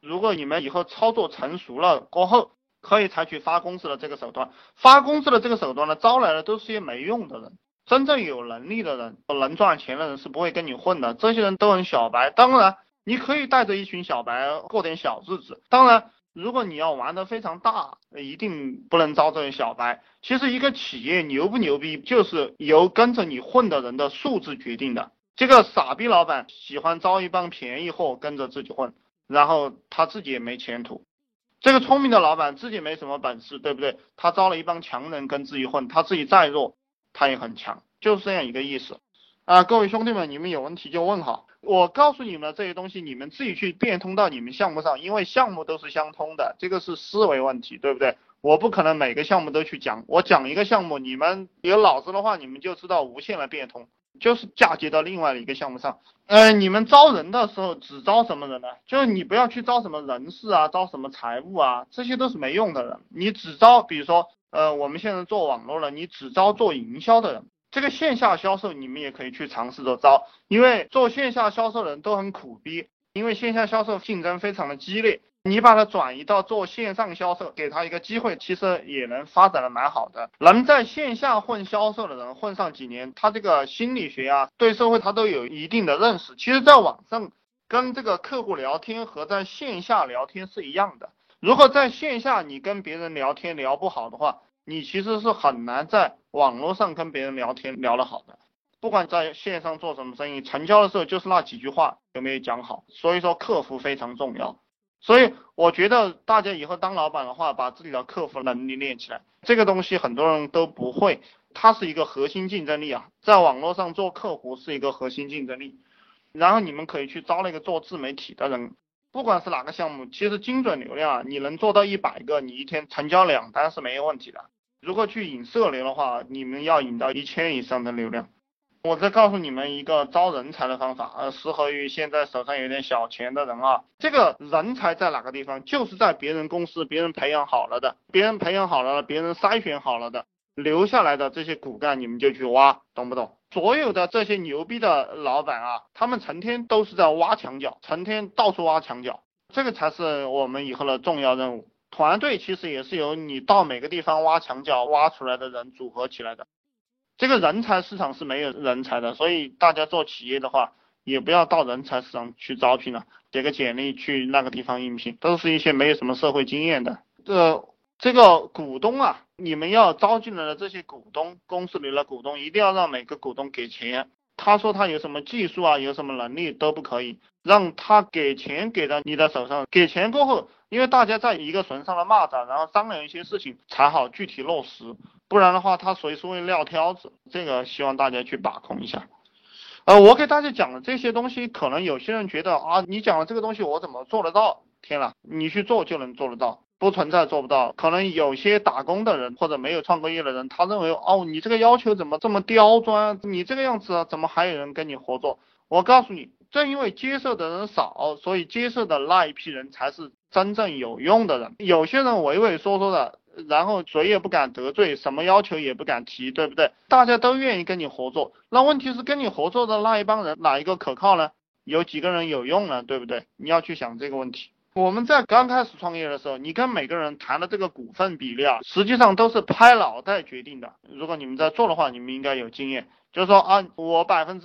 如果你们以后操作成熟了过后，可以采取发工资的这个手段。发工资的这个手段呢，招来的都是些没用的人。真正有能力的人，能赚钱的人是不会跟你混的，这些人都很小白。当然你可以带着一群小白过点小日子，当然如果你要玩得非常大，一定不能招这些小白。其实一个企业牛不牛逼，就是由跟着你混的人的素质决定的。这个傻逼老板喜欢招一帮便宜货跟着自己混，然后他自己也没前途。这个聪明的老板自己没什么本事，对不对？他招了一帮强人跟自己混，他自己再弱他也很强，就是这样一个意思各位兄弟们，你们有问题就问好。我告诉你们这些东西，你们自己去变通到你们项目上，因为项目都是相通的，这个是思维问题，对不对？我不可能每个项目都去讲，我讲一个项目，你们有脑子的话，你们就知道无限的变通，就是嫁接到另外的一个项目上。你们招人的时候只招什么人呢？就是你不要去招什么人事啊，招什么财务啊，这些都是没用的人。你只招，比如说我们现在做网络了，你只招做营销的人。这个线下销售你们也可以去尝试着招，因为做线下销售的人都很苦逼，因为线下销售竞争非常的激烈，你把它转移到做线上销售，给他一个机会，其实也能发展的蛮好的。能在线下混销售的人混上几年，他这个心理学啊，对社会他都有一定的认识。其实在网上跟这个客户聊天和在线下聊天是一样的，如果在线下你跟别人聊天聊不好的话，你其实是很难在网络上跟别人聊天聊得好的。不管在线上做什么生意，成交的时候就是那几句话有没有讲好，所以说客服非常重要。所以我觉得大家以后当老板的话，把自己的客服能力练起来，这个东西很多人都不会，它是一个核心竞争力啊，在网络上做客服是一个核心竞争力。然后你们可以去招那个做自媒体的人，不管是哪个项目，其实精准流量你能做到100个，你一天成交2单是没有问题的。如果去引社流的话，你们要引到1000以上的流量。我再告诉你们一个招人才的方法，适合于现在手上有点小钱的人啊。这个人才在哪个地方？就是在别人公司，别人培养好了的，别人筛选好了的，留下来的这些骨干，你们就去挖，懂不懂？所有的这些牛逼的老板啊，他们成天都是在挖墙角，成天到处挖墙角，这个才是我们以后的重要任务。团队其实也是由你到每个地方挖墙角挖出来的人组合起来的。这个人才市场是没有人才的，所以大家做企业的话，也不要到人才市场去招聘了，写个简历去那个地方应聘，都是一些没有什么社会经验的。这个股东啊，你们要招进来的这些股东，公司里的股东一定要让每个股东给钱。他说他有什么技术啊，有什么能力都不可以，让他给钱给到你的手上。给钱过后，因为大家在一个船上的蚂蚱，然后商量一些事情才好具体落实，不然的话他随时会撂挑子。这个希望大家去把控一下。我给大家讲的这些东西，可能有些人觉得啊，你讲的这个东西我怎么做得到？天哪，你去做就能做得到，不存在做不到。可能有些打工的人或者没有创过业的人，他认为哦，你这个要求怎么这么刁钻？你这个样子怎么还有人跟你合作？我告诉你，正因为接受的人少，所以接受的那一批人才是真正有用的人。有些人畏畏缩缩的，然后谁也不敢得罪，什么要求也不敢提，对不对？大家都愿意跟你合作，那问题是跟你合作的那一帮人哪一个可靠呢？有几个人有用呢？对不对？你要去想这个问题。我们在刚开始创业的时候，你跟每个人谈的这个股份比例啊，实际上都是拍脑袋决定的。如果你们在做的话，你们应该有经验，就是说啊，我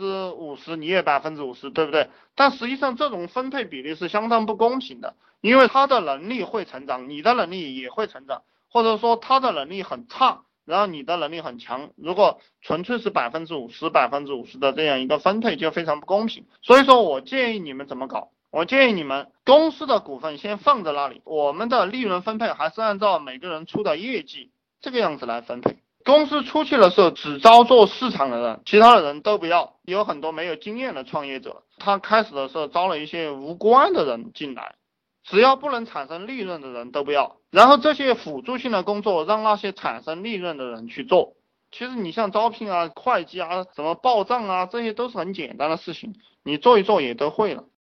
50%，你也50%，对不对？但实际上这种分配比例是相当不公平的，因为他的能力会成长，你的能力也会成长，或者说他的能力很差，然后你的能力很强，如果纯粹是50%的这样一个分配，就非常不公平。所以说我建议你们怎么搞？我建议你们公司的股份先放在那里，我们的利润分配还是按照每个人出的业绩这个样子来分配。公司出去的时候只招做市场的人，其他的人都不要。有很多没有经验的创业者，他开始的时候招了一些无关的人进来，只要不能产生利润的人都不要，然后这些辅助性的工作让那些产生利润的人去做。其实你像招聘啊、会计啊、什么报账啊，这些都是很简单的事情，你做一做也都会了。